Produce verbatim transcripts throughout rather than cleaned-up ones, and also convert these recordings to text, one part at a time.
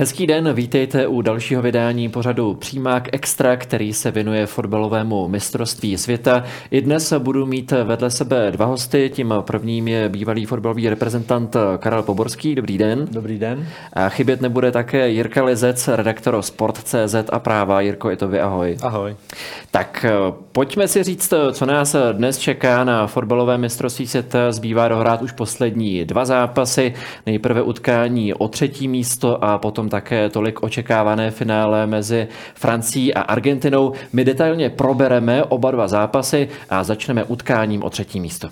Hezký den, vítejte u dalšího vydání pořadu Přímák Extra, který se věnuje fotbalovému mistrovství světa. I dnes budu mít vedle sebe dva hosty, tím prvním je bývalý fotbalový reprezentant Karel Poborský. Dobrý den. Dobrý den. A chybět nebude také Jirka Lizec, redaktor Sport tečka cé zet a Práva. Jirko, je to vy, ahoj. Ahoj. Tak pojďme si říct, co nás dnes čeká na fotbalové mistrovství světa. Zbývá dohrát už poslední dva zápasy. Nejprve utkání o třetí místo a potom také tolik očekávané finále mezi Francií a Argentinou. My detailně probereme oba dva zápasy a začneme utkáním o třetí místo.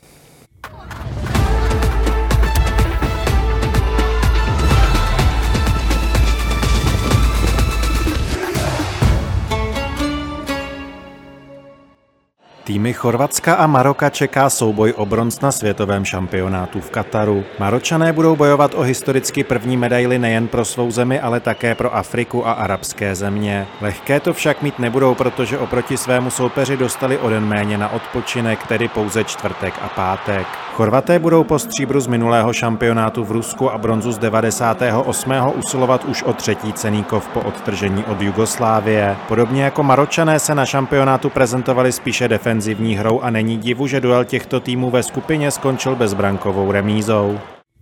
Týmy Chorvatska a Maroka čeká souboj o bronz na světovém šampionátu v Kataru. Maročané budou bojovat o historicky první medaili nejen pro svou zemi, ale také pro Afriku a arabské země. Lehké to však mít nebudou, protože oproti svému soupeři dostali o den méně na odpočinek, tedy pouze čtvrtek a pátek. Chorvaté budou po stříbru z minulého šampionátu v Rusku a bronzu z devadesátého osmého usilovat už o třetí cenný kov po odtržení od Jugoslávie. Podobně jako Maročané se na šampionátu prezentovali spíše defenzivní hrou a není divu, že duel těchto týmů ve skupině skončil bezbrankovou remízou.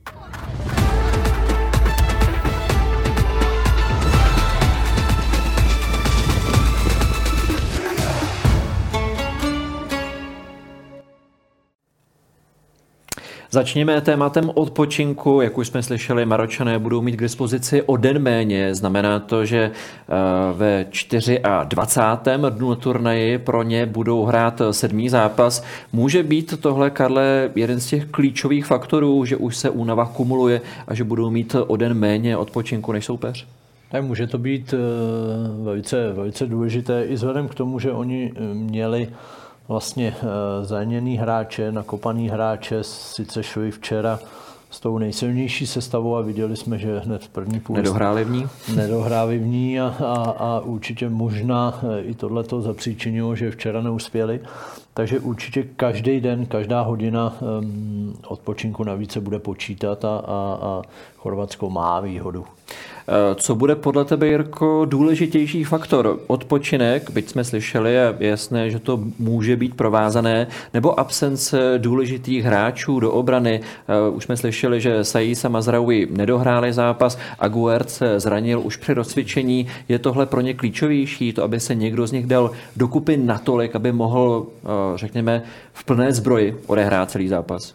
Začněme tématem odpočinku. Jak už jsme slyšeli, Maročané budou mít k dispozici o den méně. Znamená to, že ve dvacátém čtvrtém dnu turnaji pro ně budou hrát sedmý zápas. Může být tohle, Karle, jeden z těch klíčových faktorů, že už se únava kumuluje a že budou mít o den méně odpočinku než soupeř? Tak může to být velice, velice důležité i vzhledem k tomu, že oni měli vlastně zraněný hráče, nakopaný hráče, sice šli včera s tou nejsilnější sestavou a viděli jsme, že hned v první půl nedohráli v ní. Nedohráli v ní a, a, a určitě možná i tohleto zapříčinilo, že včera neuspěli. Takže určitě každý den, každá hodina um, odpočinku navíc se bude počítat a, a, a Chorvatsko má výhodu. Co bude podle tebe, Jirko, důležitější faktor? Odpočinek, byť jsme slyšeli, je jasné, že to může být provázané, nebo absence důležitých hráčů do obrany? Už jsme slyšeli, že Saïs a Mazraoui nedohráli zápas, Aguerd se zranil už při rozcvičení. Je tohle pro ně klíčovější, to, aby se někdo z nich dal dokupy natolik, aby mohl, řekněme, v plné zbroji odehrát celý zápas?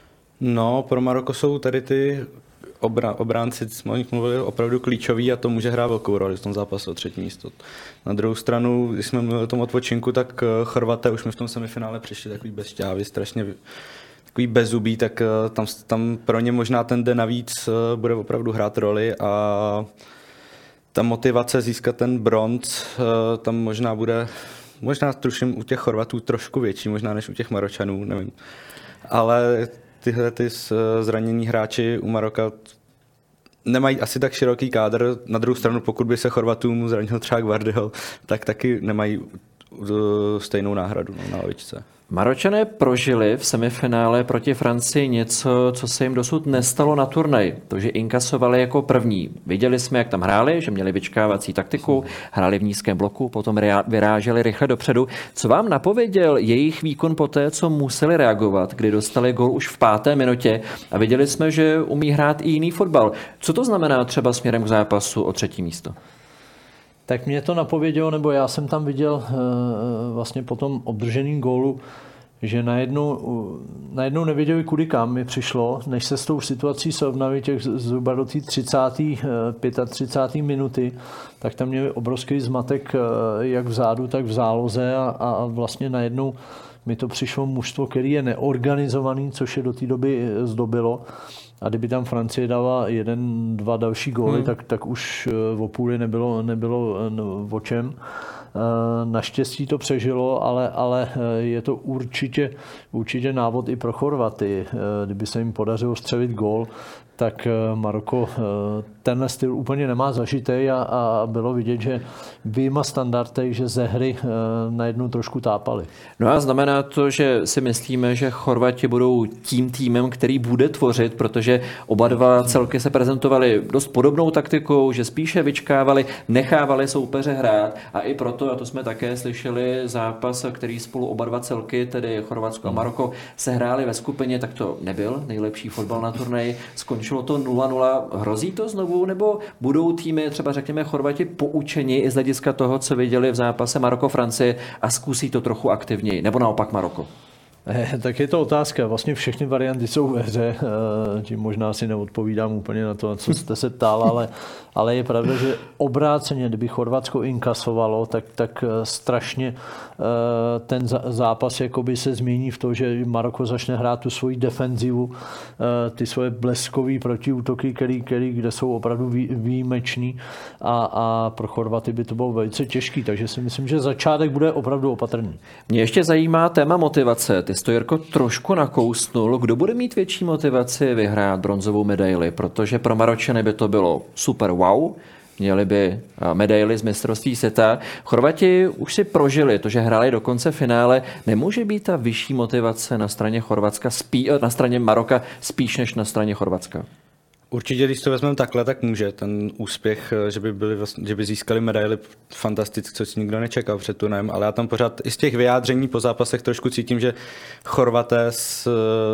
No, pro Maroko jsou tady ty Obra, obránci, jsme o nich mluvili, opravdu klíčoví a to může hrát velkou roli v tom zápase o třetí místo. Na druhou stranu, když jsme mluvili o tom odpočinku, tak Chorvaté už jsme v tom semifinále přišli takový bez šťávy, strašně takový bezzubý, tak tam, tam pro ně možná ten den navíc bude opravdu hrát roli a ta motivace získat ten bronz tam možná bude, možná tuším u těch Chorvatů trošku větší, možná než u těch Maročanů, nevím. Ale tyhle ty zranění hráči u Maroka nemají asi tak široký kádr. Na druhou stranu, pokud by se Chorvatům zranil třeba Gvardiol, tak taky nemají stejnou náhradu na lavičce. Maročané prožili v semifinále proti Francii něco, co se jim dosud nestalo na turnaji. To, že inkasovali jako první. Viděli jsme, jak tam hráli, že měli vyčkávací taktiku, hráli v nízkém bloku, potom vyráželi rychle dopředu. Co vám napověděl jejich výkon poté, co museli reagovat, kdy dostali gól už v páté minutě a viděli jsme, že umí hrát i jiný fotbal. Co to znamená třeba směrem k zápasu o třetí místo? Tak mě to napovědělo, nebo já jsem tam viděl vlastně po tom obdrženém gólu, že najednou, najednou nevěděli, kudy kam mi přišlo, než se s tou situací srovnali těch zhruba do té třicáté třicáté páté minuty, tak tam měli obrovský zmatek jak vzadu, tak v záloze a, a vlastně najednou mi to přišlo mužstvo, který je neorganizovaný, což je do té doby zdobilo. A kdyby tam Francie dala jeden, dva další góly, hmm. tak, tak už v půli nebylo, nebylo o čem. Naštěstí to přežilo, ale, ale je to určitě, určitě návod i pro Chorvaty. Kdyby se jim podařilo střelit gól, tak Maroko tenhle styl úplně nemá zažitej a, a bylo vidět, že vyjma standardech, že ze hry najednou trošku tápali. No a znamená to, že si myslíme, že Chorvati budou tím týmem, který bude tvořit, protože oba dva celky se prezentovali dost podobnou taktikou, že spíše vyčkávali, nechávali soupeře hrát a i proto, a to jsme také slyšeli, zápas, který spolu oba dva celky, tedy Chorvatsko a Maroko, se hráli ve skupině, tak to nebyl nejlepší fotbal na turnaji. Skončilo to nula nula. Hrozí to znovu, nebo budou týmy, třeba řekněme Chorvati, poučeni i z hlediska toho, co viděli v zápase Maroko-Francie a zkusí to trochu aktivněji, nebo naopak Maroko? Tak je to otázka. Vlastně všechny varianty jsou ve hře. Tím možná si neodpovídám úplně na to, na co jste se ptal, ale, ale je pravda, že obráceně, kdyby Chorvatsko inkasovalo, tak, tak strašně ten zápas jakoby se změní v to, že Maroko začne hrát tu svoji defenzivu, ty svoje bleskový protiútoky, který, který, kde jsou opravdu výjimeční a, a pro Chorvaty by to bylo velice těžký, takže si myslím, že začátek bude opravdu opatrný. Mě ještě zajímá téma motivace. Ty jsi to, Jirko, trošku nakousnul. Kdo bude mít větší motivaci vyhrát bronzovou medaili? Protože pro Maročany by to bylo super wow. Měli by medaili z mistrovství světa. Chorvati už si prožili to, že hráli do konce finále. Nemůže být ta vyšší motivace na straně Chorvatska, spí, na straně Maroka spíš než na straně Chorvatska? Určitě, když to vezmeme takhle, tak může. Ten úspěch, že by, byli vlastně, že by získali medaili, fantasticky, co si nikdo nečekal před turnajem, ale já tam pořád i z těch vyjádření po zápasech trošku cítím, že Chorvaté s,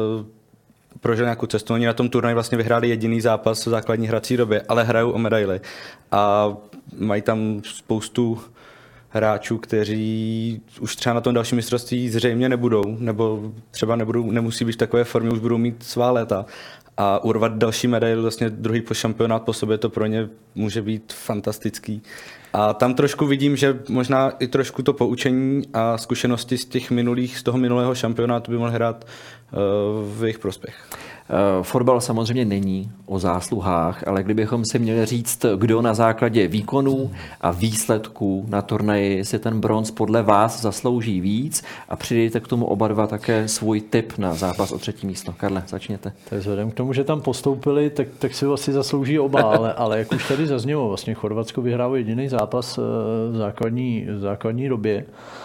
prožili nějakou cestu. Oni na tom turnaji vlastně vyhráli jediný zápas v základní hrací době, ale hrajou o medaily. A mají tam spoustu hráčů, kteří už třeba na tom dalším mistrovství zřejmě nebudou, nebo třeba nebudou, nemusí být v takové formě, už budou mít svá léta. A urvat další medaili, vlastně druhý po šampionát po sobě, to pro ně může být fantastický. A tam trošku vidím, že možná i trošku to poučení a zkušenosti z těch minulých, z toho minulého šampionátu by mohl hrát uh, v jejich prospěch. Fotbal samozřejmě není o zásluhách, ale kdybychom si měli říct, kdo na základě výkonů a výsledků na turnaji si ten bronz podle vás zaslouží víc a přidejte k tomu oba dva také svůj tip na zápas o třetí místo. Karle, začněte. Tak vzhledem k tomu, že tam postoupili, tak, tak si asi zaslouží oba, ale, ale jak už tady zaznělo, vlastně Chorvatsko vyhrává jediný zápas v základní, v základní době.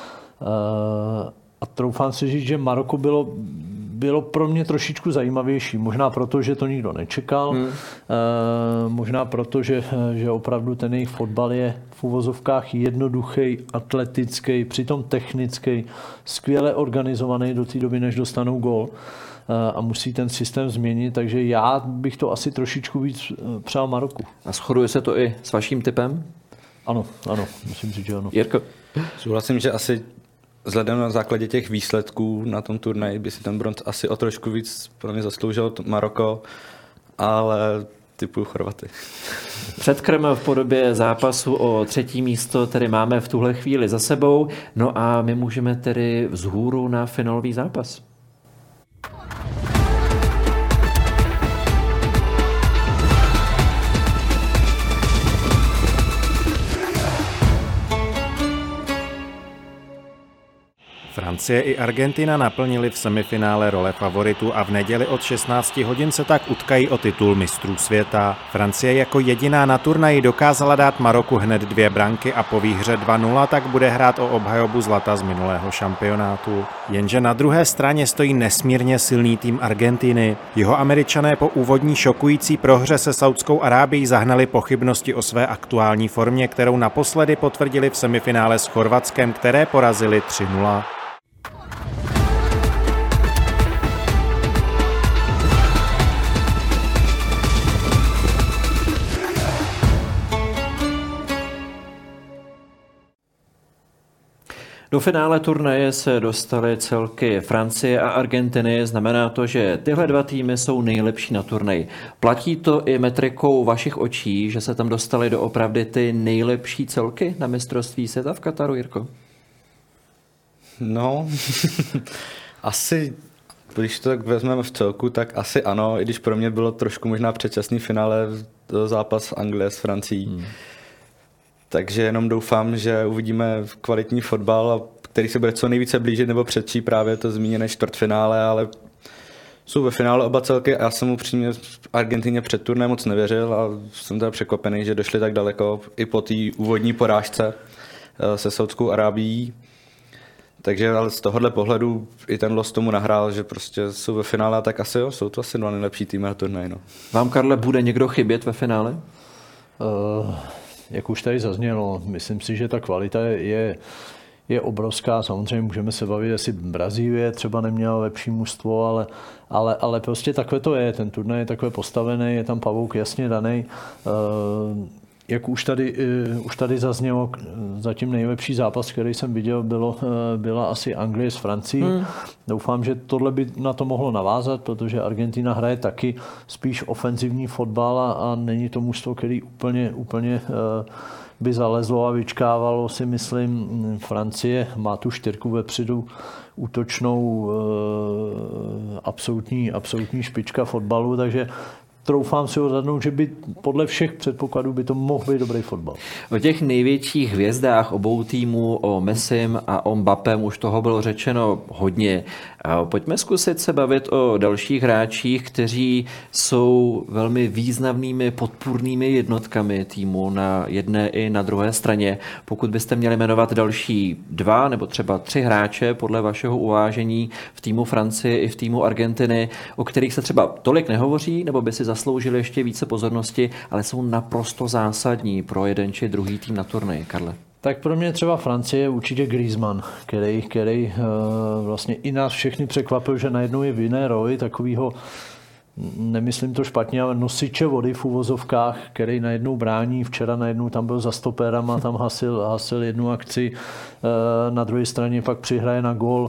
A troufám si říct, že Maroko bylo bylo pro mě trošičku zajímavější. Možná proto, že to nikdo nečekal. Hmm. E, možná proto, že, že opravdu ten jejich fotbal je v uvozovkách jednoduchý, atletický, přitom technický, skvěle organizovaný do té doby, než dostanou gól. E, a musí ten systém změnit, takže já bych to asi trošičku víc přál Maroku. A shoduje se to i s vaším tipem? Ano, ano, musím říct, že ano. Jirko? Souhlasím, že asi vzhledem na základě těch výsledků na tom turnaji by si ten bronz asi o trošku víc pro mě zasloužil Maroko, ale typuju Chorvaty. Předkrm v podobě zápasu o třetí místo tedy máme v tuhle chvíli za sebou, no a my můžeme tedy vzhůru na finálový zápas. Francie i Argentina naplnili v semifinále role favoritů a v neděli od šestnácti hodin se tak utkají o titul mistrů světa. Francie jako jediná na turnaji dokázala dát Maroku hned dvě branky a po výhře dva nula tak bude hrát o obhajobu zlata z minulého šampionátu. Jenže na druhé straně stojí nesmírně silný tým Argentiny. Jeho Američané po úvodní šokující prohře se Saudskou Arábií zahnali pochybnosti o své aktuální formě, kterou naposledy potvrdili v semifinále s Chorvatskem, které porazili tři nula. Do finále turnaje se dostaly celky Francie a Argentiny. Znamená to, že tyhle dva týmy jsou nejlepší na turnaji. Platí to i metrikou vašich očí, že se tam dostaly doopravdy ty nejlepší celky na mistrovství světa v Kataru, Jirko? No, asi, když to tak vezmeme v celku, tak asi ano, i když pro mě bylo trošku možná předčasný finále zápas Anglie s Francií. Hmm. Takže jenom doufám, že uvidíme kvalitní fotbal, který se bude co nejvíce blížit nebo předčí právě to zmíněné čtvrtfinále, ale jsou ve finále oba celky a já jsem upřímně Argentině před turné moc nevěřil a jsem teda překvapený, že došli tak daleko i po té úvodní porážce se Saudskou Arábií. Takže ale z tohohle pohledu i ten los tomu nahrál, že prostě jsou ve finále, tak asi jo, jsou to asi dva nejlepší týmy na turnaj. No. Vám, Karle, bude někdo chybět ve finále? Uh, jak už tady zaznělo, myslím si, že ta kvalita je, je obrovská. Samozřejmě můžeme se bavit, jestli Brazílie třeba neměla lepší mužstvo, ale, ale, ale prostě takhle to je. Ten turnaj je takhle postavený, je tam pavouk jasně daný. Uh, Jak už tady, už tady zaznělo, zatím nejlepší zápas, který jsem viděl, bylo, byla asi Anglie s Francií. Hmm. Doufám, že tohle by na to mohlo navázat, protože Argentina hraje taky spíš ofenzivní fotbal a, a není to mužstvo, který úplně, úplně by zalezlo a vyčkávalo, si myslím. Francie má tu čtyřku vepředu, útočnou absolutní, absolutní špička fotbalu, takže troufám si odhadnout, že by podle všech předpokladů by to mohl být dobrý fotbal. O těch největších hvězdách obou týmů, o Messim a o Mbappém už toho bylo řečeno hodně. Pojďme zkusit se bavit o dalších hráčích, kteří jsou velmi významnými podpůrnými jednotkami týmu na jedné i na druhé straně. Pokud byste měli jmenovat další dva nebo třeba tři hráče podle vašeho uvážení v týmu Francie i v týmu Argentiny, o kterých se třeba tolik nehovoří, nebo by si zasloužili ještě více pozornosti, ale jsou naprosto zásadní pro jeden či druhý tým na turnaji. Karle. Tak pro mě třeba Francie je určitě Griezmann, který, který uh, vlastně i nás všechny překvapil, že najednou je v jiné roli takového, nemyslím to špatně, ale nosiče vody v uvozovkách, který najednou brání. Včera najednou tam byl za stopérama, tam hasil, hasil jednu akci, na druhé straně pak přihraje na gól,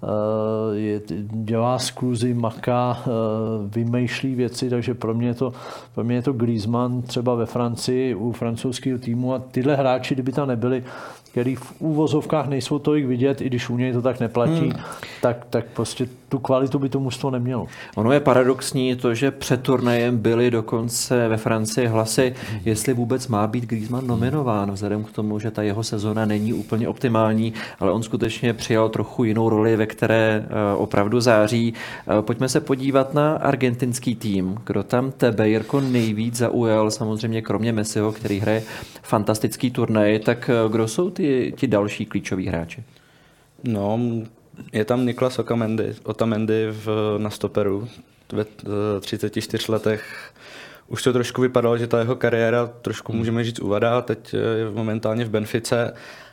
dělá skluzy, maká, vymýšlí věci, takže pro mě je to, pro mě je to Griezmann třeba ve Francii u francouzského týmu a tyhle hráči, kdyby tam nebyli, který v úvozovkách nejsou tolik vidět, i když u něj to tak neplatí, hmm. tak, tak prostě tu kvalitu by to mužstvo nemělo. Ono je paradoxní to, že před turnajem byly dokonce ve Francii hlasy, jestli vůbec má být Griezmann nominován, vzhledem k tomu, že ta jeho sezona není úplně optimální, ale on skutečně přijal trochu jinou roli, ve které opravdu září. Pojďme se podívat na argentinský tým. Kdo tam tebe, Jirko, nejvíc zaujal, samozřejmě kromě Messiho, který hraje fantastický turnaj, tak kdo jsou ty, ti další klíčoví hráči? No, je tam Niklas Otamendi, Otamendi v, na stoperu ve třiceti čtyřech letech. Už to trošku vypadalo, že ta jeho kariéra trošku můžeme říct uvadá, teď je momentálně v Benfice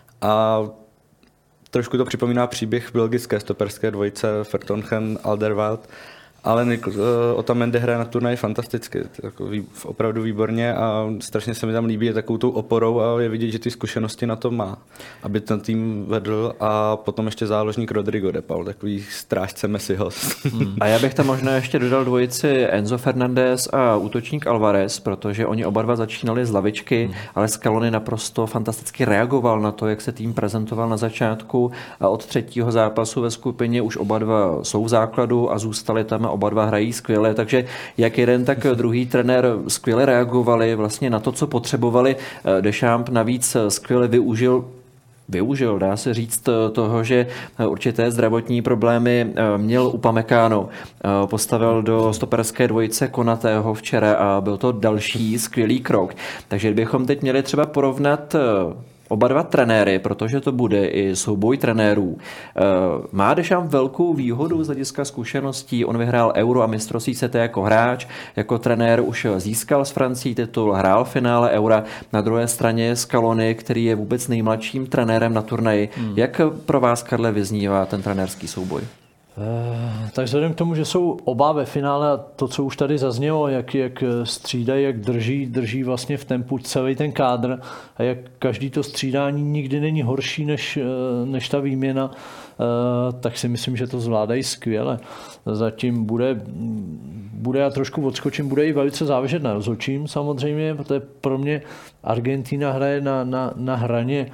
a trošku to připomíná příběh belgické stoperské dvojice Vertonghen Alderweireld, ale Nikl, Otamendi hraje na turnaji fantasticky, jako opravdu výborně a strašně se mi tam líbí, je takovou tou oporou a je vidět, že ty zkušenosti na to má, aby ten tým vedl a potom ještě záložník Rodrigo de Paul, takový strážce Messiho. Hmm. A já bych tam možná ještě dodal dvojici Enzo Fernandez a útočník Alvarez, protože oni oba dva začínali z lavičky, hmm. ale Scaloni naprosto fantasticky reagoval na to, jak se tým prezentoval na začátku a od třetího zápasu ve skupině už oba dva jsou v základu a zůstali tam. Oba dva hrají skvěle, takže jak jeden, tak druhý trenér skvěle reagovali vlastně na to, co potřebovali. Deschamps navíc skvěle využil Využil, dá se říct, toho, že určité zdravotní problémy měl Upamecano. Postavil do stoperské dvojice Konatého včera a byl to další skvělý krok. Takže kdybychom teď měli třeba porovnat oba dva trenéry, protože to bude i souboj trenérů. Má Deschamps velkou výhodu z hlediska zkušeností. On vyhrál Euro a mistrovství světa jako hráč, jako trenér už získal s Francií titul, hrál v finále Eura. Na druhé straně je Scaloni, který je vůbec nejmladším trenérem na turnaji. Hmm. Jak pro vás, Karle, vyznívá ten trenérský souboj? Tak vzhledem k tomu, že jsou oba ve finále a to, co už tady zaznělo, jak, jak střídají, jak drží, drží vlastně v tempu celý ten kádr a jak každý to střídání nikdy není horší než, než ta výměna, tak si myslím, že to zvládají skvěle. Zatím bude, bude já trošku odskočím, bude i velice záležet na rozhodčím samozřejmě, protože pro mě Argentina hraje na, na, na hraně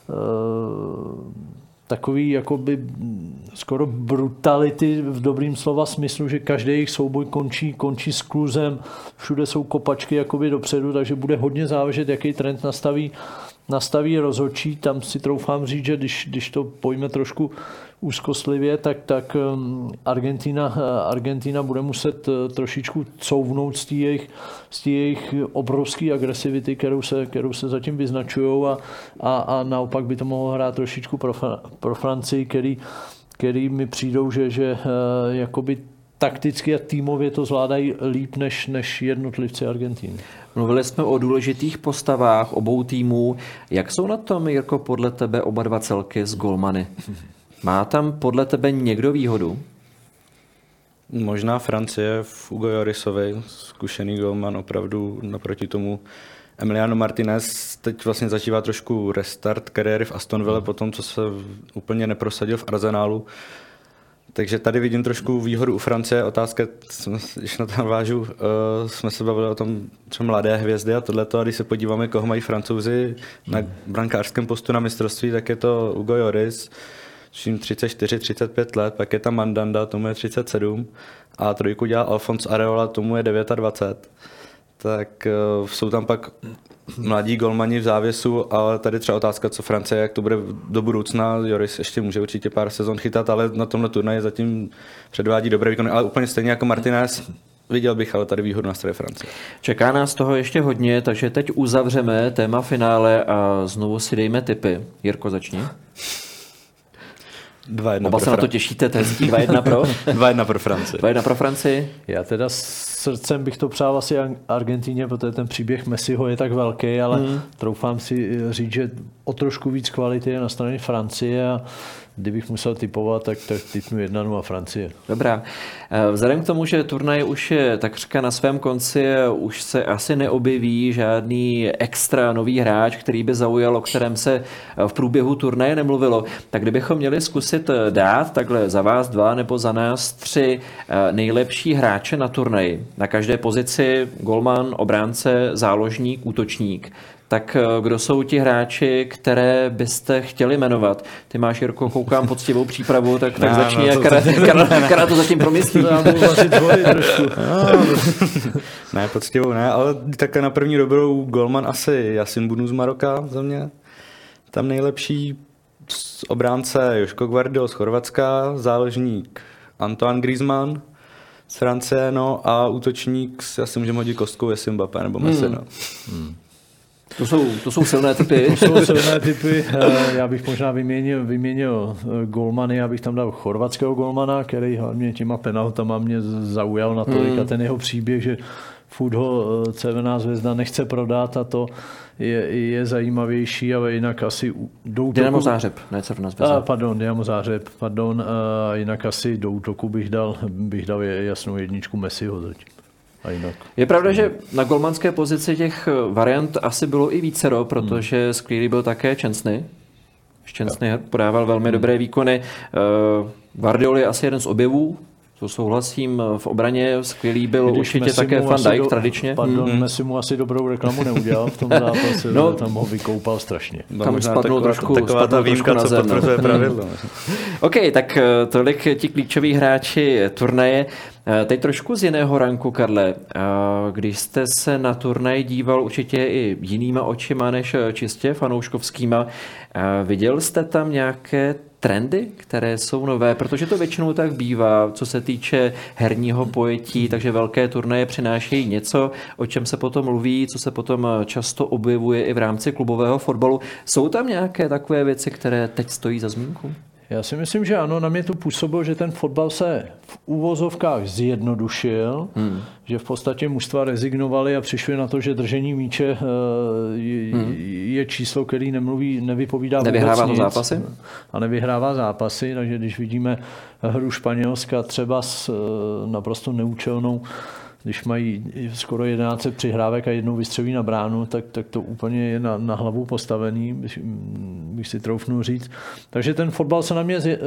takový jakoby skoro brutality v dobrým slova smyslu, že každý jejich souboj končí, končí s kluzem, všude jsou kopačky jakoby dopředu, takže bude hodně záležet, jaký trend nastaví nastaví rozhodčí, tam si troufám říct, že když, když to pojme trošku úzkostlivě, tak, tak Argentina, Argentina bude muset trošičku couvnout z té jejich, z té jejich obrovské agresivity, kterou se, kterou se zatím vyznačují a, a, a naopak by to mohlo hrát trošičku pro, pro Francii, který, který mi přijdou, že, že jakoby takticky a týmově to zvládají líp než, než jednotlivci Argentiny. Mluvili jsme o důležitých postavách obou týmů. Jak jsou na tom, Jirko, podle tebe oba dva celky z golmany? Má tam podle tebe někdo výhodu? Možná Francie v Hugo Llorisovi, zkušený golman opravdu naproti tomu. Emiliano Martinez teď vlastně zažívá trošku restart kariéry v Aston Ville po tom, co se úplně neprosadil v Arsenalu. Takže tady vidím trošku výhodu u Francie. Otázka, když na to navážu, uh, jsme se bavili o tom třeba mladé hvězdy a tohleto, a když se podíváme, koho mají Francouzi na brankářském postu na mistrovství, tak je to Hugo Lloris, čím třicet čtyři třicet pět let, pak je tam Mandanda, tomu je třicet sedm a trojku dělá Alphonse Areola, tomu je dvacet devět. Tak uh, jsou tam pak mladí golmani v závěsu, ale tady třeba otázka, co Francie, jak to bude do budoucna. Lloris ještě může určitě pár sezon chytat, ale na tomhle turnaji zatím předvádí dobré výkony, ale úplně stejně jako Martinez. Viděl bych ale tady výhodu na straně Francie. Čeká nás toho ještě hodně, takže teď uzavřeme téma finále a znovu si dejme tipy. Jirko, začni. dva jedna Oba pro se na to těšíte, to je hezký. dva jedna pro? dva jedna pro Francii. dva jedna pro Francii. Já teda srdcem bych to přál asi Argentině, protože ten příběh Messiho je tak velký, ale hmm. troufám si říct, že o trošku víc kvality je na straně Francie a kdybych musel tipovat, tak, tak tipnu jedna nula Francie. Dobrá. Vzhledem k tomu, že turnaj už je takřka na svém konci, už se asi neobjeví žádný extra nový hráč, který by zaujal, o kterém se v průběhu turnaje nemluvilo, tak kdybychom měli zkusit dát takhle za vás dva nebo za nás tři nejlepší hráče na turnaji, na každé pozici golman, obránce, záložník, útočník, tak kdo jsou ti hráči, které byste chtěli jmenovat? Ty máš, Jirko, koukám poctivou přípravu, tak, tak no, začni, no, a Kara to zatím promyslí. Já budu vařit vody trošku. Ne, poctivou ne, ale tak na první dobrou golman asi Yasin Bonu z Maroka za mě. Tam nejlepší obránce Joško Gvardiol z Chorvatska, záložník Antoine Griezmann z Francie, no a útočník, já si můžeme hodit kostkou, jestli Mbappé nebo Messi. Hmm. No. Hmm. To jsou, to jsou silné typy. To jsou silné typy. Já bych možná vyměnil, vyměnil golmany, abych tam dal chorvatského golmana, který hlavně těma penaltama mě zaujal natolik hmm. a ten jeho příběh, že furt ho Červená zvezda nechce prodat a to je, je zajímavější, ale jinak asi do útoku... Dynamo Záhřeb, ne Červená zvezda. A, pardon, Dynamo Záhřeb, pardon. A jinak asi do útoku bych dal, bych dal jasnou jedničku Messiho zatím. Jinak. Je pravda, že na golmanské pozici těch variant asi bylo i vícero, protože hmm. skvělý byl také Čensny. Šťastný podával velmi hmm. dobré výkony. Guardiol je asi jeden z objevů, to souhlasím, v obraně skvělý byl Když určitě Messi také Van Dijk do, tradičně. Pardon, hmm. Messi mu asi dobrou reklamu neudělal v tom zápase, no, tam ho vykoupal strašně. Tam spadnul trošku, taková spadnul ta výjimka, trošku na zem. Co potvrzuje pravidlo. OK, tak tolik ti klíčoví hráči turnaje. Teď trošku z jiného ranku, Karle. Když jste se na turnaj díval určitě i jinýma očima než čistě fanouškovskýma, viděl jste tam nějaké trendy, které jsou nové, protože to většinou tak bývá, co se týče herního pojetí, takže velké turnaje přinášejí něco, o čem se potom mluví, co se potom často objevuje i v rámci klubového fotbalu. Jsou tam nějaké takové věci, které teď stojí za zmínku? Já si myslím, že ano, na mě to působilo, že ten fotbal se v úvozovkách zjednodušil, hmm. že v podstatě mužstva rezignovali a přišli na to, že držení míče je, hmm. je číslo, který nemluví, nevypovídá Nevyhrává vůbec nic. zápasy? A nevyhrává zápasy, takže když vidíme hru Španělska třeba s naprosto neúčelnou, když mají skoro jedenáct přihrávek a jednou vystřelí na bránu, tak, tak to úplně je na, na hlavu postavený, bych, bych si troufnul říct. Takže ten fotbal se na mě z,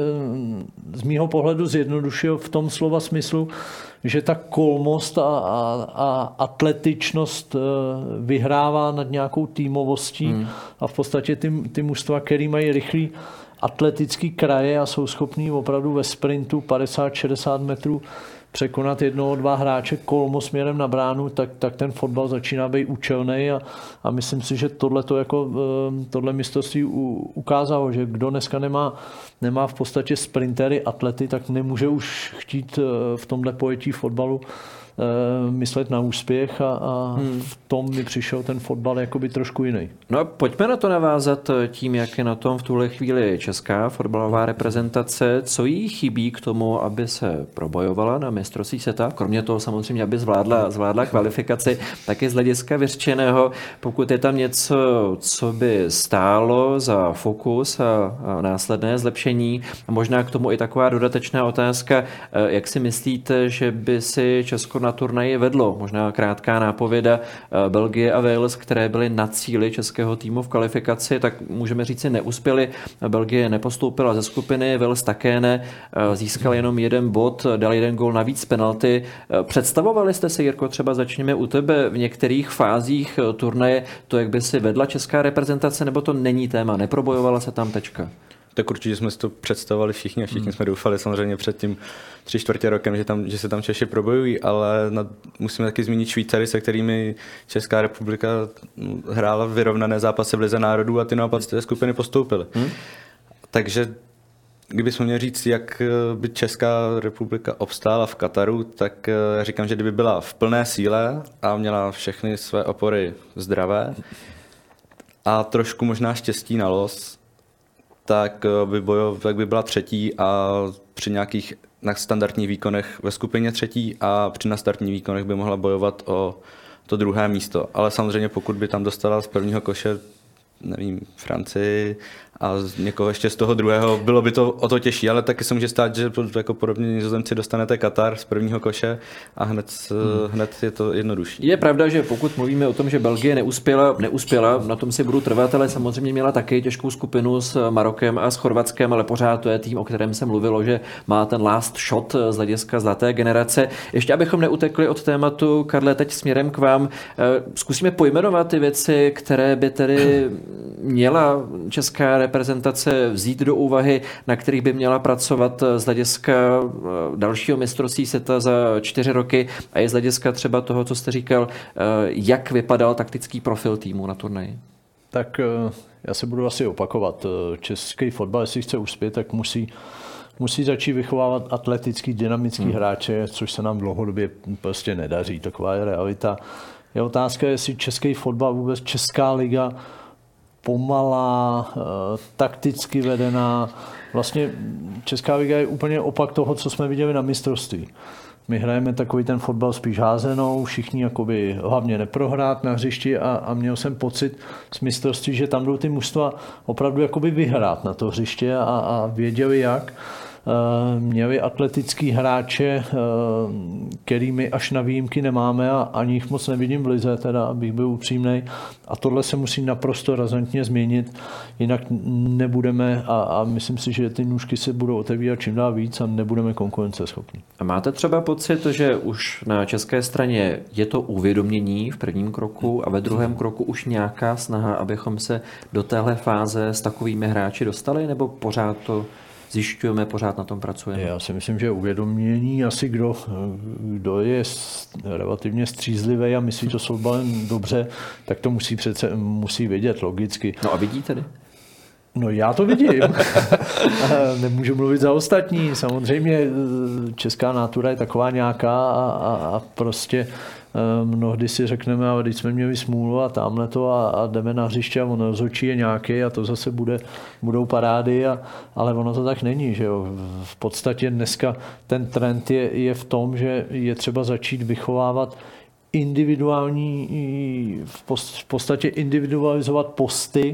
z mýho pohledu zjednodušil v tom slova smyslu, že ta kolmost a, a, a atletičnost vyhrává nad nějakou týmovostí hmm. a v podstatě ty, ty mužstva, který mají rychlý atletický kraje a jsou schopní opravdu ve sprintu padesát šedesát metrů překonat jednoho, dva hráče kolmo směrem na bránu, tak, tak ten fotbal začíná být účelný a, a myslím si, že tohle to jako, tohle mistrovství ukázalo, že kdo dneska nemá, nemá v podstatě sprintery, atlety, tak nemůže už chtít v tomhle pojetí fotbalu myslet na úspěch a, a hmm. v tom mi přišel ten fotbal jakoby trošku jiný. No a pojďme na to navázat tím, jak je na tom v tuhle chvíli česká fotbalová reprezentace. Co jí chybí k tomu, aby se probojovala na mistrovství světa? Kromě toho samozřejmě, aby zvládla, zvládla kvalifikaci, taky z hlediska vyřčeného. Pokud je tam něco, co by stálo za fokus a, a následné zlepšení, a možná k tomu i taková dodatečná otázka, jak si myslíte, že by si Česko na turnaji vedlo? Možná krátká nápověda Belgie a Wales, které byly na cíli českého týmu v kvalifikaci, tak můžeme říct si neuspěli. Belgie nepostoupila ze skupiny, Wales také ne, získal jenom jeden bod, dal jeden gól navíc z penalty. Představovali jste si, Jirko, třeba začněme u tebe, v některých fázích turnaje to, jak by si vedla česká reprezentace, nebo to není téma, neprobojovala se tam tečka? Tak určitě jsme si to představovali všichni a všichni hmm. jsme doufali samozřejmě před tím tři čtvrtě rokem, že, tam, že se tam Češi probojují, ale na, musíme taky zmínit Švýcary, se kterými Česká republika hrála vyrovnané zápasy v Lize národů a ty naopak z té skupiny postoupily. Hmm. Takže kdybychom měli říct, jak by Česká republika obstála v Kataru, tak já říkám, že kdyby byla v plné síle a měla všechny své opory zdravé a trošku možná štěstí na los, tak by, bojo, tak by byla třetí a při nějakých na standardních výkonech ve skupině třetí a při nastartních výkonech by mohla bojovat o to druhé místo. Ale samozřejmě pokud by tam dostala z prvního koše, nevím, Francii a někoho ještě z toho druhého, bylo by to o to těžší, ale taky se může stát, že jako podobně Nizozemci dostanete Katar z prvního koše a hned, hmm. hned je to jednodušší. Je pravda, že pokud mluvíme o tom, že Belgie neuspěla, neuspěla, na tom si budu trvat, ale samozřejmě měla taky těžkou skupinu s Marokem a s Chorvatskem, ale pořád to je tým, o kterém se mluvilo, že má ten last shot z hlediska zlaté generace. Ještě abychom neutekli od tématu, Karle, teď směrem k vám, zkusíme pojmenovat ty věci, které by tedy měla česká reprezentace vzít do úvahy, na kterých by měla pracovat z hlediska dalšího mistrovství světa za čtyři roky a je z hlediska třeba toho, co jste říkal, jak vypadal taktický profil týmu na turnaji? Tak já se budu asi opakovat. Český fotbal, jestli chce uspět, tak musí musí začít vychovávat atletický, dynamický hmm. hráče, což se nám dlouhodobě prostě nedaří. Taková je realita. Je otázka, jestli český fotbal, vůbec Česká liga, pomalá, takticky vedená. Vlastně Česká liga je úplně opak toho, co jsme viděli na mistrovství. My hrajeme takový ten fotbal spíš házenou, všichni jakoby hlavně neprohrát na hřišti a, a měl jsem pocit z mistrovství, že tam jdou ty mužstva opravdu jakoby vyhrát na to hřiště a, a věděli jak. Měli atletický hráče, který my až na výjimky nemáme a ani jich moc nevidím v lize, teda, abych byl upřímnej. A tohle se musí naprosto razantně změnit, jinak nebudeme a, a myslím si, že ty nůžky se budou otevírat čím dál víc a nebudeme konkurenceschopní. A máte třeba pocit, že už na české straně je to uvědomění v prvním kroku a ve druhém kroku už nějaká snaha, abychom se do téhle fáze s takovými hráči dostali, nebo pořád to zjišťujeme, pořád na tom pracujeme? Já si myslím, že uvědomění asi kdo, kdo je relativně střízlivý a myslí to s fotbalem dobře, tak to musí přece musí vědět logicky. No a vidí tedy? No já to vidím. Nemůžu mluvit za ostatní. Samozřejmě česká natura je taková nějaká a, a, a prostě mnohdy si řekneme, ale když jsme měli smůlu a tamhle to a, a jdeme na hřiště a ono rozhodčí je nějaký a to zase bude, budou parády, a, ale ono to tak není. Že jo? V podstatě dneska ten trend je, je v tom, že je třeba začít vychovávat individuální, v podstatě individualizovat posty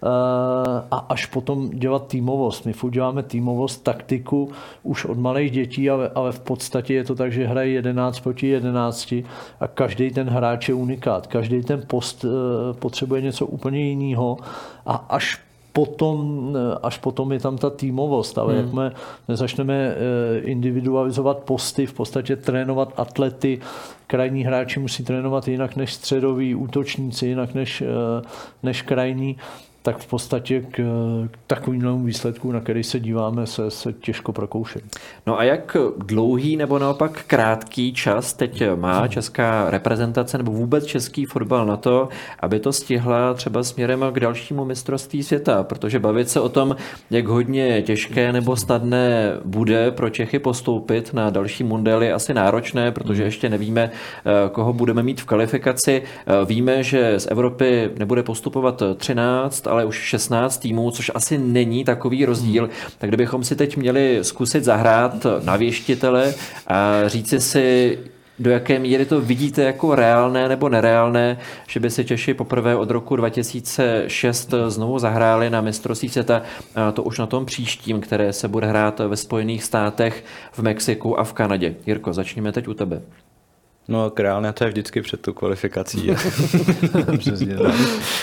a až potom dělat týmovost. My furt děláme týmovost, taktiku už od malých dětí, ale, ale v podstatě je to tak, že hrají jedenáct proti jedenácti a každý ten hráč je unikát. Každý ten post potřebuje něco úplně jiného a až Potom, až potom je tam ta týmovost, ale hmm. jak my nezačneme individualizovat posty, v podstatě trénovat atlety, krajní hráči musí trénovat jinak než středoví, útočníci jinak než, než krajní, tak v podstatě k, k takovým výsledkům, na který se díváme, se, se těžko prokoušet. No a jak dlouhý nebo naopak krátký čas teď má česká reprezentace nebo vůbec český fotbal na to, aby to stihla třeba směrem k dalšímu mistrovství světa? Protože bavit se o tom, jak hodně těžké nebo snadné bude pro Čechy postoupit na další mundial, je asi náročné, protože ještě nevíme, koho budeme mít v kvalifikaci. Víme, že z Evropy nebude postupovat třináct, ale už šestnáct týmů, což asi není takový rozdíl. Tak kdybychom si teď měli zkusit zahrát na věštitele a říci si, do jaké míry to vidíte jako reálné nebo nereálné, že by si Češi poprvé od roku dva tisíce šest znovu zahráli na mistrovství světa, a to už na tom příštím, které se bude hrát ve Spojených státech, v Mexiku a v Kanadě. Jirko, začněme teď u tebe. No, reálné to je vždycky před tu kvalifikací. Přesně tak.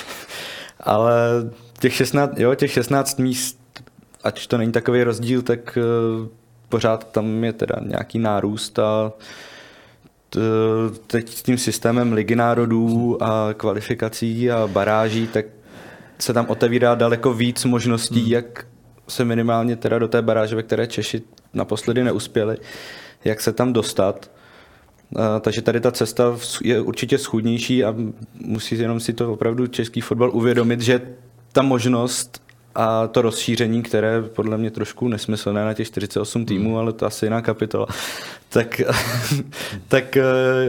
Ale těch šestnáct, jo, těch šestnáct míst, ať to není takový rozdíl, tak uh, pořád tam je teda nějaký nárůst a t, teď s tím systémem Ligy národů a kvalifikací a baráží, tak se tam otevírá daleko víc možností, hmm. jak se minimálně teda do té baráže, ve které Češi naposledy neuspěli, jak se tam dostat. Uh, takže tady ta cesta je určitě schůdnější a musí jenom si to opravdu český fotbal uvědomit, že ta možnost a to rozšíření, které podle mě trošku nesmyslné na těch čtyřicet osm týmů, hmm. ale to asi jiná kapitola, tak, tak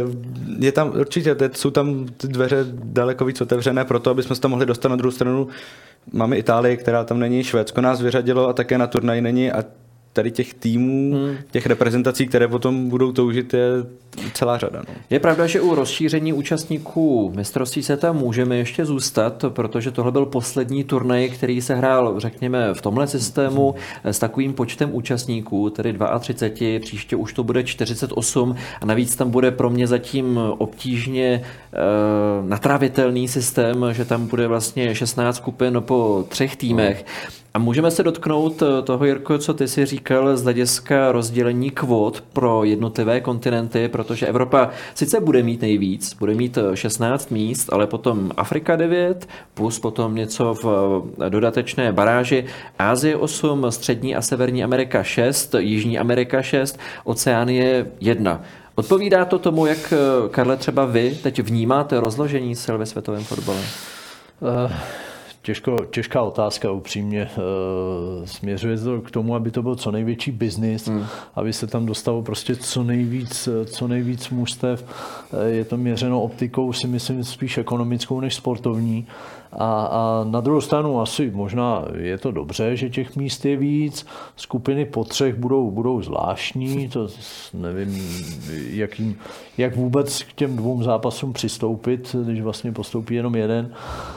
je tam určitě, teď jsou tam ty dveře daleko víc otevřené pro to, aby jsme se tam mohli dostat. Na druhou stranu máme Itálii, která tam není, Švédsko nás vyřadilo a také na turnaj není a tady těch týmů, hmm. těch reprezentací, které potom budou toužit, je celá řada. No. Je pravda, že u rozšíření účastníků mistrovství světa můžeme ještě zůstat, protože tohle byl poslední turnaj, který se hrál, řekněme, v tomhle systému s takovým počtem účastníků, tedy třicet dva, příště už to bude čtyřicet osm a navíc tam bude pro mě zatím obtížně e, natrávitelný systém, že tam bude vlastně šestnáct skupin po třech týmech. A můžeme se dotknout toho, Jirko, co ty si říkal z hlediska rozdělení kvót pro jednotlivé kontinenty, protože Evropa sice bude mít nejvíc, bude mít šestnáct míst, ale potom Afrika devět, plus potom něco v dodatečné baráži, Asie osm, Střední a Severní Amerika šest, Jižní Amerika šest, Oceánie jedna. Odpovídá to tomu, jak, Karle, třeba vy teď vnímáte rozložení sil ve světovém fotbale? Uh... Těžko, těžká otázka, upřímně. E, směřuje to k tomu, aby to byl co největší biznis, hmm. aby se tam dostalo prostě co nejvíc, co nejvíc mužstev. E, je to měřeno optikou, si myslím, spíš ekonomickou než sportovní. A, a na druhou stranu asi možná je to dobře, že těch míst je víc. Skupiny po třech budou, budou zvláštní. To nevím, jakým, jak vůbec k těm dvou zápasům přistoupit, když vlastně postoupí jenom jeden.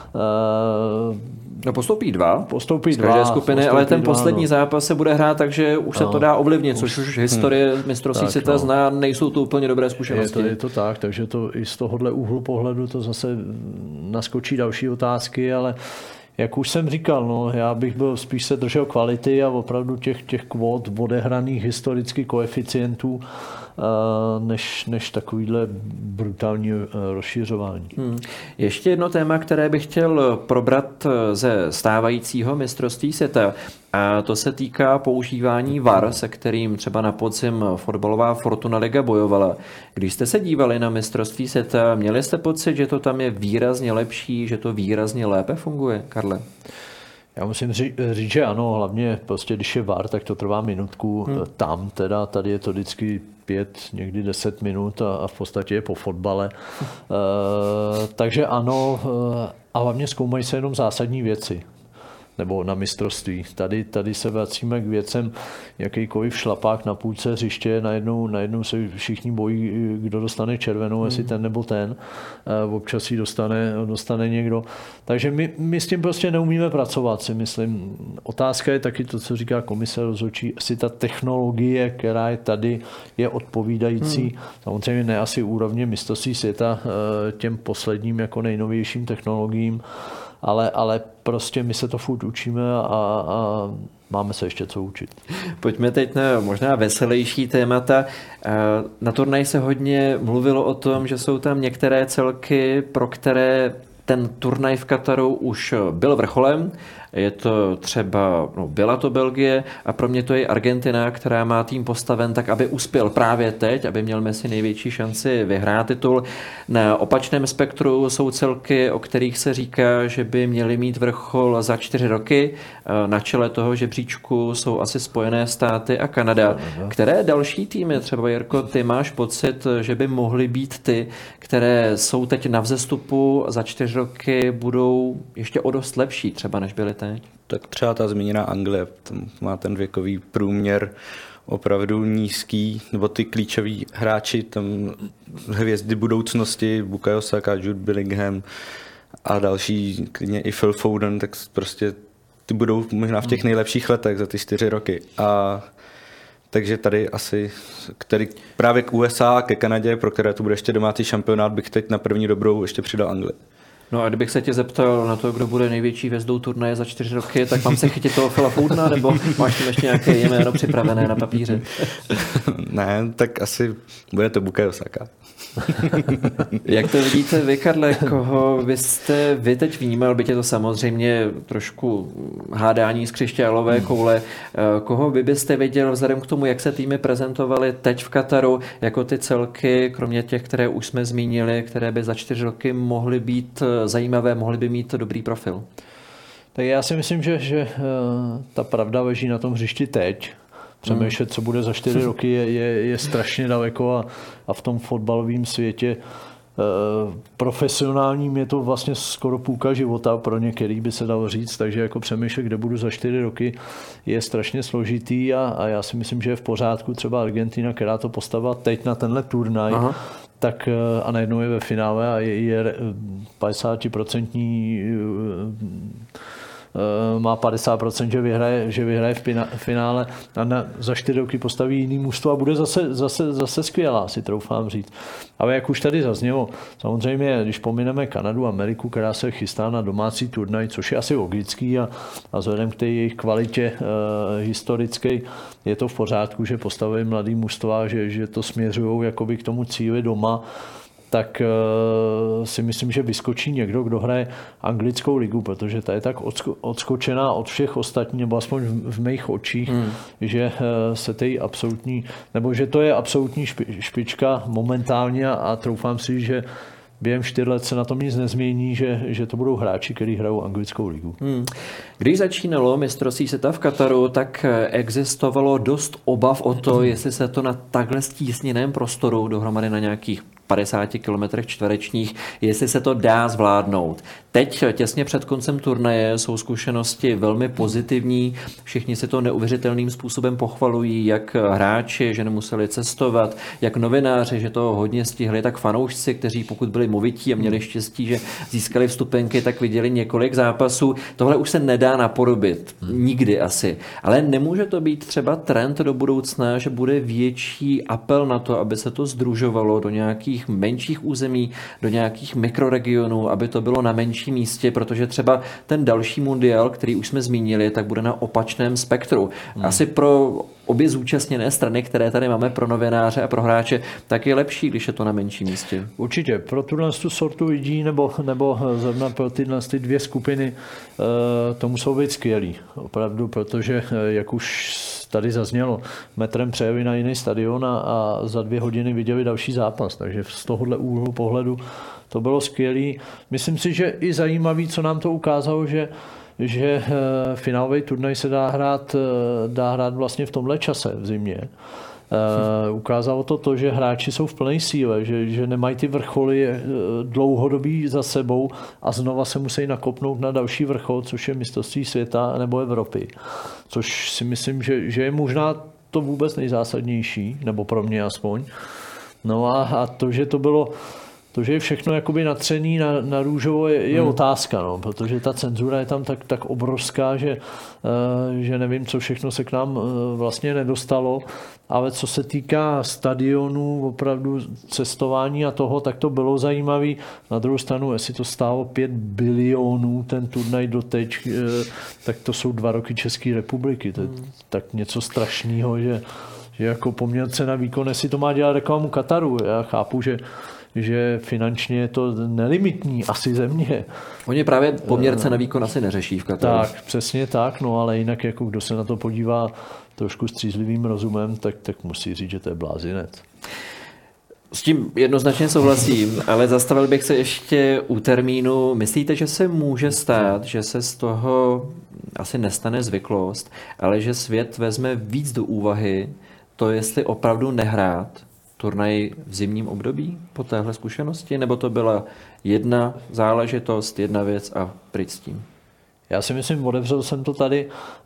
Uh, no postoupí dva. Postoupí z každé dva, skupiny, postoupí ale ten dva, poslední no. zápas se bude hrát, takže už se no. to dá ovlivnit, což už historie hmm. mistrovství světa no. zná, nejsou to úplně dobré zkušenosti. Je to, je to tak, takže to i z tohohle úhlu pohledu to zase naskočí další otázky, ale jak už jsem říkal, no, já bych byl spíš se držel kvality a opravdu těch, těch kvót odehraných historicky koeficientů, než, než takovýhle brutální rozšiřování. Hmm. Ještě jedno téma, které bych chtěl probrat ze stávajícího mistrovství světa, a to se týká používání V A R, se kterým třeba na podzim fotbalová Fortuna Liga bojovala. Když jste se dívali na mistrovství světa, měli jste pocit, že to tam je výrazně lepší, že to výrazně lépe funguje, Karle? Já musím říct, že ano, hlavně prostě, když je V A R, tak to trvá minutku. Hmm. Tam teda, tady je to vždycky pět, někdy deset minut a, a v podstatě je po fotbale. Hmm. E, takže ano, a hlavně zkoumají se jenom zásadní věci. Nebo na mistrovství. Tady, tady se vracíme k věcem, jakýkoliv šlapák na půlce hřiště, najednou, najednou se všichni bojí, kdo dostane červenou, hmm. jestli ten nebo ten. Občas ji dostane, dostane někdo. Takže my, my s tím prostě neumíme pracovat, si myslím. Otázka je taky to, co říká komise rozhodčí, jestli ta technologie, která je tady, je odpovídající. Hmm. Samozřejmě ne asi úrovně mistrovství světa těm posledním jako nejnovějším technologiím, Ale, ale prostě my se to furt učíme a, a máme se ještě co učit. Pojďme teď na možná veselější témata. Na turnaji se hodně mluvilo o tom, že jsou tam některé celky, pro které ten turnaj v Kataru už byl vrcholem, je to třeba, no byla to Belgie a pro mě to je Argentina, která má tým postaven tak, aby uspěl právě teď, aby měl Messi největší šanci vyhrát titul. Na opačném spektru jsou celky, o kterých se říká, že by měly mít vrchol za čtyři roky. Na čele toho žebříčku jsou asi Spojené státy a Kanada. Které další týmy, třeba Jirko, ty máš pocit, že by mohly být ty, které jsou teď na vzestupu, za čtyři roky budou ještě o dost lepší třeba, než byly teď? Tak třeba ta zmíněná Anglie, tam má ten věkový průměr opravdu nízký, nebo ty klíčoví hráči, tam hvězdy budoucnosti, Bukayo Saka, Jude Bellingham a další, klidně i Phil Foden, tak prostě ty budou možná v těch nejlepších letech za ty čtyři roky. A takže tady asi, který právě k U S A, ke Kanadě, pro které to bude ještě domácí šampionát, bych teď na první dobrou ještě přidal Anglii. No a kdybych se tě zeptal na to, kdo bude největší hvězdou turnaje za čtyři roky, tak mám se chytit toho Phila Fodena, nebo máš tam ještě nějaké jméno připravené na papíře? Ne, tak asi bude to Bukayo Saka. Jak to vidíte vy, Karle, koho byste vy teď vnímal, byť je to samozřejmě trošku hádání z křišťálové koule, koho vy byste viděl vzhledem k tomu, jak se týmy prezentovaly teď v Kataru, jako ty celky, kromě těch, které už jsme zmínili, které by za čtyři roky mohly být zajímavé, mohly by mít dobrý profil? Tak já si myslím, že, že ta pravda leží na tom hřišti teď. Přemýšlet, co bude za čtyři roky, je, je, je strašně daleko a, a v tom fotbalovém světě e, profesionálním je to vlastně skoro půlka života pro některý, by se dalo říct, takže jako přemýšlet, kde budu za čtyři roky, je strašně složitý a, a já si myslím, že je v pořádku třeba Argentina, která to postavila teď na tenhle turnaj, Aha. tak a najednou je ve finále a je, je padesát procent má padesát procent, že vyhraje, že vyhraje v finále a na, za čtyři roky postaví jiný mužstvo a bude zase, zase, zase skvělá, si troufám říct. Ale jak už tady zaznělo, samozřejmě, když pomineme Kanadu, Ameriku, která se chystá na domácí turnaj, což je asi logický a, a vzhledem k té jejich kvalitě e, historické, je to v pořádku, že postavují mladý mužstva, že, že to směřují jakoby k tomu cíli doma, tak uh, si myslím, že vyskočí někdo, kdo hraje anglickou ligu, protože ta je tak odsko- odskočená od všech ostatních, nebo aspoň v, v mých očích, hmm. že uh, se tej absolutní, nebo že to je absolutní špi- špička momentálně a, a troufám si, že během čtyř let se na tom nic nezmění, že, že to budou hráči, kteří hrajou anglickou ligu. Hmm. Když začínalo mistrovství světa v Kataru, tak existovalo dost obav o to, jestli se to na takhle stísněném prostoru dohromady na nějakých padesát kilometrech čtverečních, jestli se to dá zvládnout. Teď, těsně před koncem turnaje, jsou zkušenosti velmi pozitivní. Všichni si to neuvěřitelným způsobem pochvalují, jak hráči, že nemuseli cestovat, jak novináři, že to hodně stihli, tak fanoušci, kteří pokud byli movití a měli štěstí, že získali vstupenky, tak viděli několik zápasů. Tohle už se nedá napodobit. Nikdy asi. Ale nemůže to být třeba trend do budoucna, že bude větší apel na to, aby se to sdružovalo do nějakých menších území, do nějakých mikroregionů, aby to bylo na menším místě, protože třeba ten další mundial, který už jsme zmínili, tak bude na opačném spektru. Hmm. Asi pro obě zúčastněné strany, které tady máme, pro novináře a pro hráče, tak je lepší, když je to na menším místě. Určitě. Pro tuhle tu sortu lidí nebo, nebo zrovna pro tyhle ty dvě skupiny to musou být skvělý. Opravdu, protože jak už tady zaznělo, metrem přejeli na jiný stadion a, a za dvě hodiny viděli další zápas. Takže z tohohle úhlu pohledu to bylo skvělý. Myslím si, že i zajímavý, co nám to ukázalo, že že finálový turnaj se dá hrát, dá hrát vlastně v tomhle čase v zimě. Uh, ukázalo to to, že hráči jsou v plné síle, že, že nemají ty vrcholy dlouhodobí za sebou a znova se musí nakopnout na další vrchol, což je mistrovství světa nebo Evropy. Což si myslím, že, že je možná to vůbec nejzásadnější, nebo pro mě aspoň. No a, a to, že to bylo To, že je všechno jakoby natřený na, na růžovo, je, je hmm. otázka, no, protože ta cenzura je tam tak, tak obrovská, že, uh, že nevím, co všechno se k nám uh, vlastně nedostalo, ale co se týká stadionů, opravdu cestování a toho, tak to bylo zajímavé. Na druhou stranu, jestli to stálo pět bilionů, ten turnaj doteď, uh, tak to jsou dva roky České republiky. To je hmm. tak něco strašného, že, že jako poměr cena výkon, jestli to má dělat reklamu Kataru. Já chápu, že že finančně je to nelimitní asi země. Oni právě poměrce na výkon asi neřeší v Kataru. Tak, přesně tak, no ale jinak jako kdo se na to podívá trošku střízlivým rozumem, tak, tak musí říct, že to je blázinec. S tím jednoznačně souhlasím, ale zastavil bych se ještě u termínu. Myslíte, že se může stát, že se z toho asi nestane zvyklost, ale že svět vezme víc do úvahy to, jestli opravdu nehrát turnaj v zimním období po téhle zkušenosti, nebo to byla jedna záležitost, jedna věc a pryč s tím? Já si myslím, otevřel jsem to tady,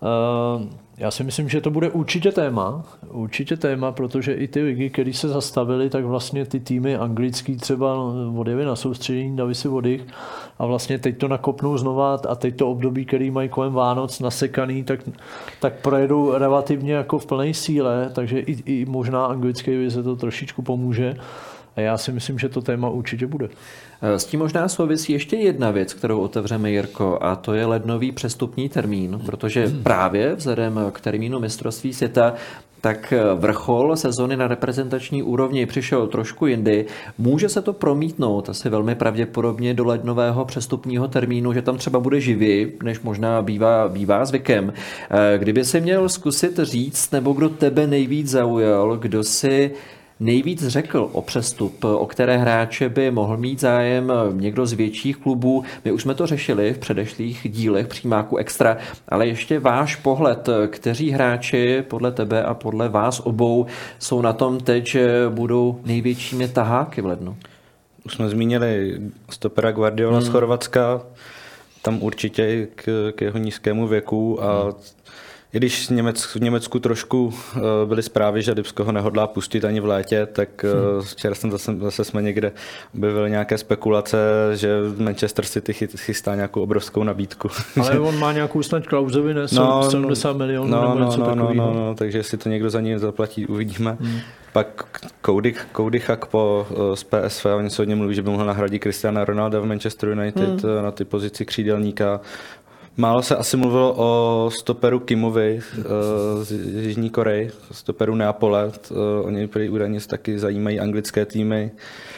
já si myslím, že to bude určitě téma, určitě téma, protože i ty ligy, které se zastavily, tak vlastně ty týmy anglický třeba odjeli na soustředění, dali si oddych a vlastně teď to nakopnou znova a teď to období, který mají kolem Vánoc nasekaný, tak, tak projedou relativně jako v plné síle, takže i, i možná anglické lize to trošičku pomůže. A já si myslím, že to téma určitě bude. S tím možná souvisí ještě jedna věc, kterou otevřeme, Jirko, a to je lednový přestupní termín, protože právě vzhledem k termínu mistrovství světa tak vrchol sezony na reprezentační úrovni přišel trošku jindy. Může se to promítnout asi velmi pravděpodobně do lednového přestupního termínu, že tam třeba bude živěji, než možná bývá, bývá zvykem. Kdyby si měl zkusit říct, nebo kdo tebe nejvíc zaujal, kdo si nejvíc řekl o přestup, o které hráče by mohl mít zájem někdo z větších klubů. My už jsme to řešili v předešlých dílech Přímáku Extra, ale ještě váš pohled, kteří hráči podle tebe a podle vás obou jsou na tom teď, že budou největšími taháky v lednu? Už jsme zmínili stopera Guardiola hmm. z Chorvatska, tam určitě k, k jeho nízkému věku a hmm. I když v Německu, v Německu trošku uh, byly zprávy, že Lipsko ho nehodlá pustit ani v létě, tak uh, včera jsem zase, zase jsme někde objevili nějaké spekulace, že Manchester City chystá nějakou obrovskou nabídku. Ale on má nějakou snad klauzovi, ne? No, sedmdesát milionů no, nebo no, něco no, takového. No, no, no, takže jestli to někdo za něj zaplatí, uvidíme. Hmm. Pak Cody, Cody Gakpo z P S V, oni se hodně mluví, že by mohl nahradit Cristiana Ronalda v Manchester United hmm. na ty pozici křídelníka. Málo se asi mluvilo o stoperu Kimovi z Jižní Koreji, stoperu Neapole. Oni prý údajně taky zajímají anglické týmy.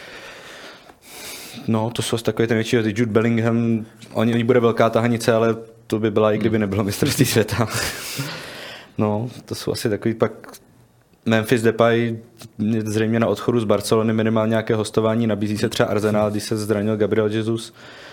No, to jsou takové ten větší. Jude Bellingham, oni, oni bude velká tahanice, ale to by byla, i kdyby nebylo mistrovství světa. No, to jsou asi takový pak... Memphis Depay zřejmě na odchodu z Barcelony minimálně nějaké hostování, nabízí se třeba Arsenal, když se zranil Gabriel Jesus.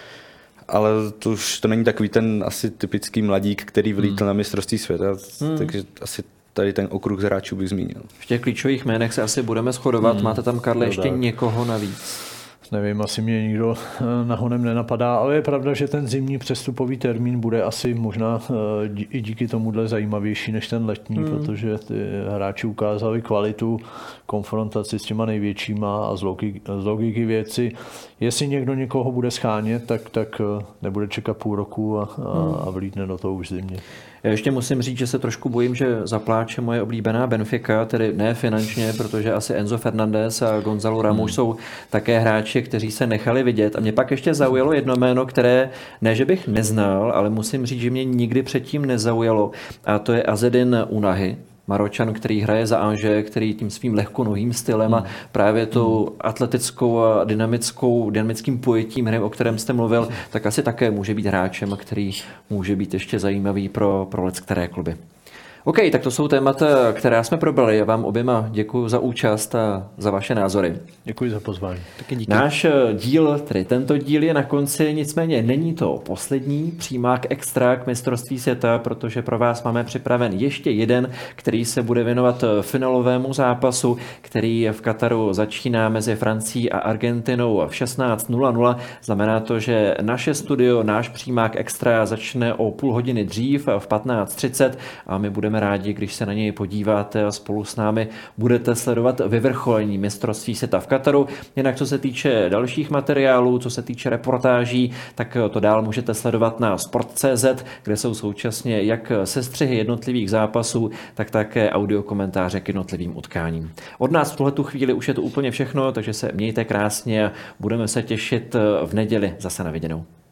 Ale to už to není takový ten asi typický mladík, který vylítl hmm. na mistrovství světa, hmm. takže asi tady ten okruh hráčů bych zmínil. V těch klíčových jménech se asi budeme shodovat. Hmm. Máte tam, Karle, ještě tak. někoho navíc? Nevím, asi mě nikdo nahonem nenapadá, ale je pravda, že ten zimní přestupový termín bude asi možná i díky tomuhle zajímavější než ten letní, hmm. protože ty hráči ukázali kvalitu, konfrontaci s těma největšíma a z logiky, z logiky věci. Jestli někdo někoho bude schánět, tak, tak nebude čekat půl roku a, a, a vlítne do toho už zimně. Já ještě musím říct, že se trošku bojím, že zapláče moje oblíbená Benfica, tedy ne finančně, protože asi Enzo Fernandez a Gonzalo Ramos hmm. jsou také hráči, kteří se nechali vidět. A mě pak ještě zaujalo jedno jméno, které ne, že bych neznal, ale musím říct, že mě nikdy předtím nezaujalo. A to je Azzedine Ounahi, Maročan, který hraje za Angers, který tím svým lehkonohým stylem a právě tou atletickou a dynamickou, dynamickým pojetím hry, o kterém jste mluvil, tak asi také může být hráčem, který může být ještě zajímavý pro, pro leckteré kluby. OK, tak to jsou témata, která jsme probrali. Já vám oběma děkuji za účast a za vaše názory. Děkuji za pozvání. Taky díky. Náš díl, tedy tento díl je na konci, nicméně není to poslední přímák extra k mistrovství světa, protože pro vás máme připraven ještě jeden, který se bude věnovat finalovému zápasu, který v Kataru začíná mezi Francií a Argentinou v šestnáct nula nula. Znamená to, že naše studio, náš přímák extra začne o půl hodiny dřív v patnáct třicet a my budeme rádi, když se na něj podíváte a spolu s námi budete sledovat vyvrcholení mistrovství světa v Kataru. Jinak co se týče dalších materiálů, co se týče reportáží, tak to dál můžete sledovat na sport tečka cé zet, kde jsou současně jak sestřihy jednotlivých zápasů, tak také audiokomentáře k jednotlivým utkáním. Od nás v tuhletu chvíli už je to úplně všechno, takže se mějte krásně a budeme se těšit v neděli zase na viděnou.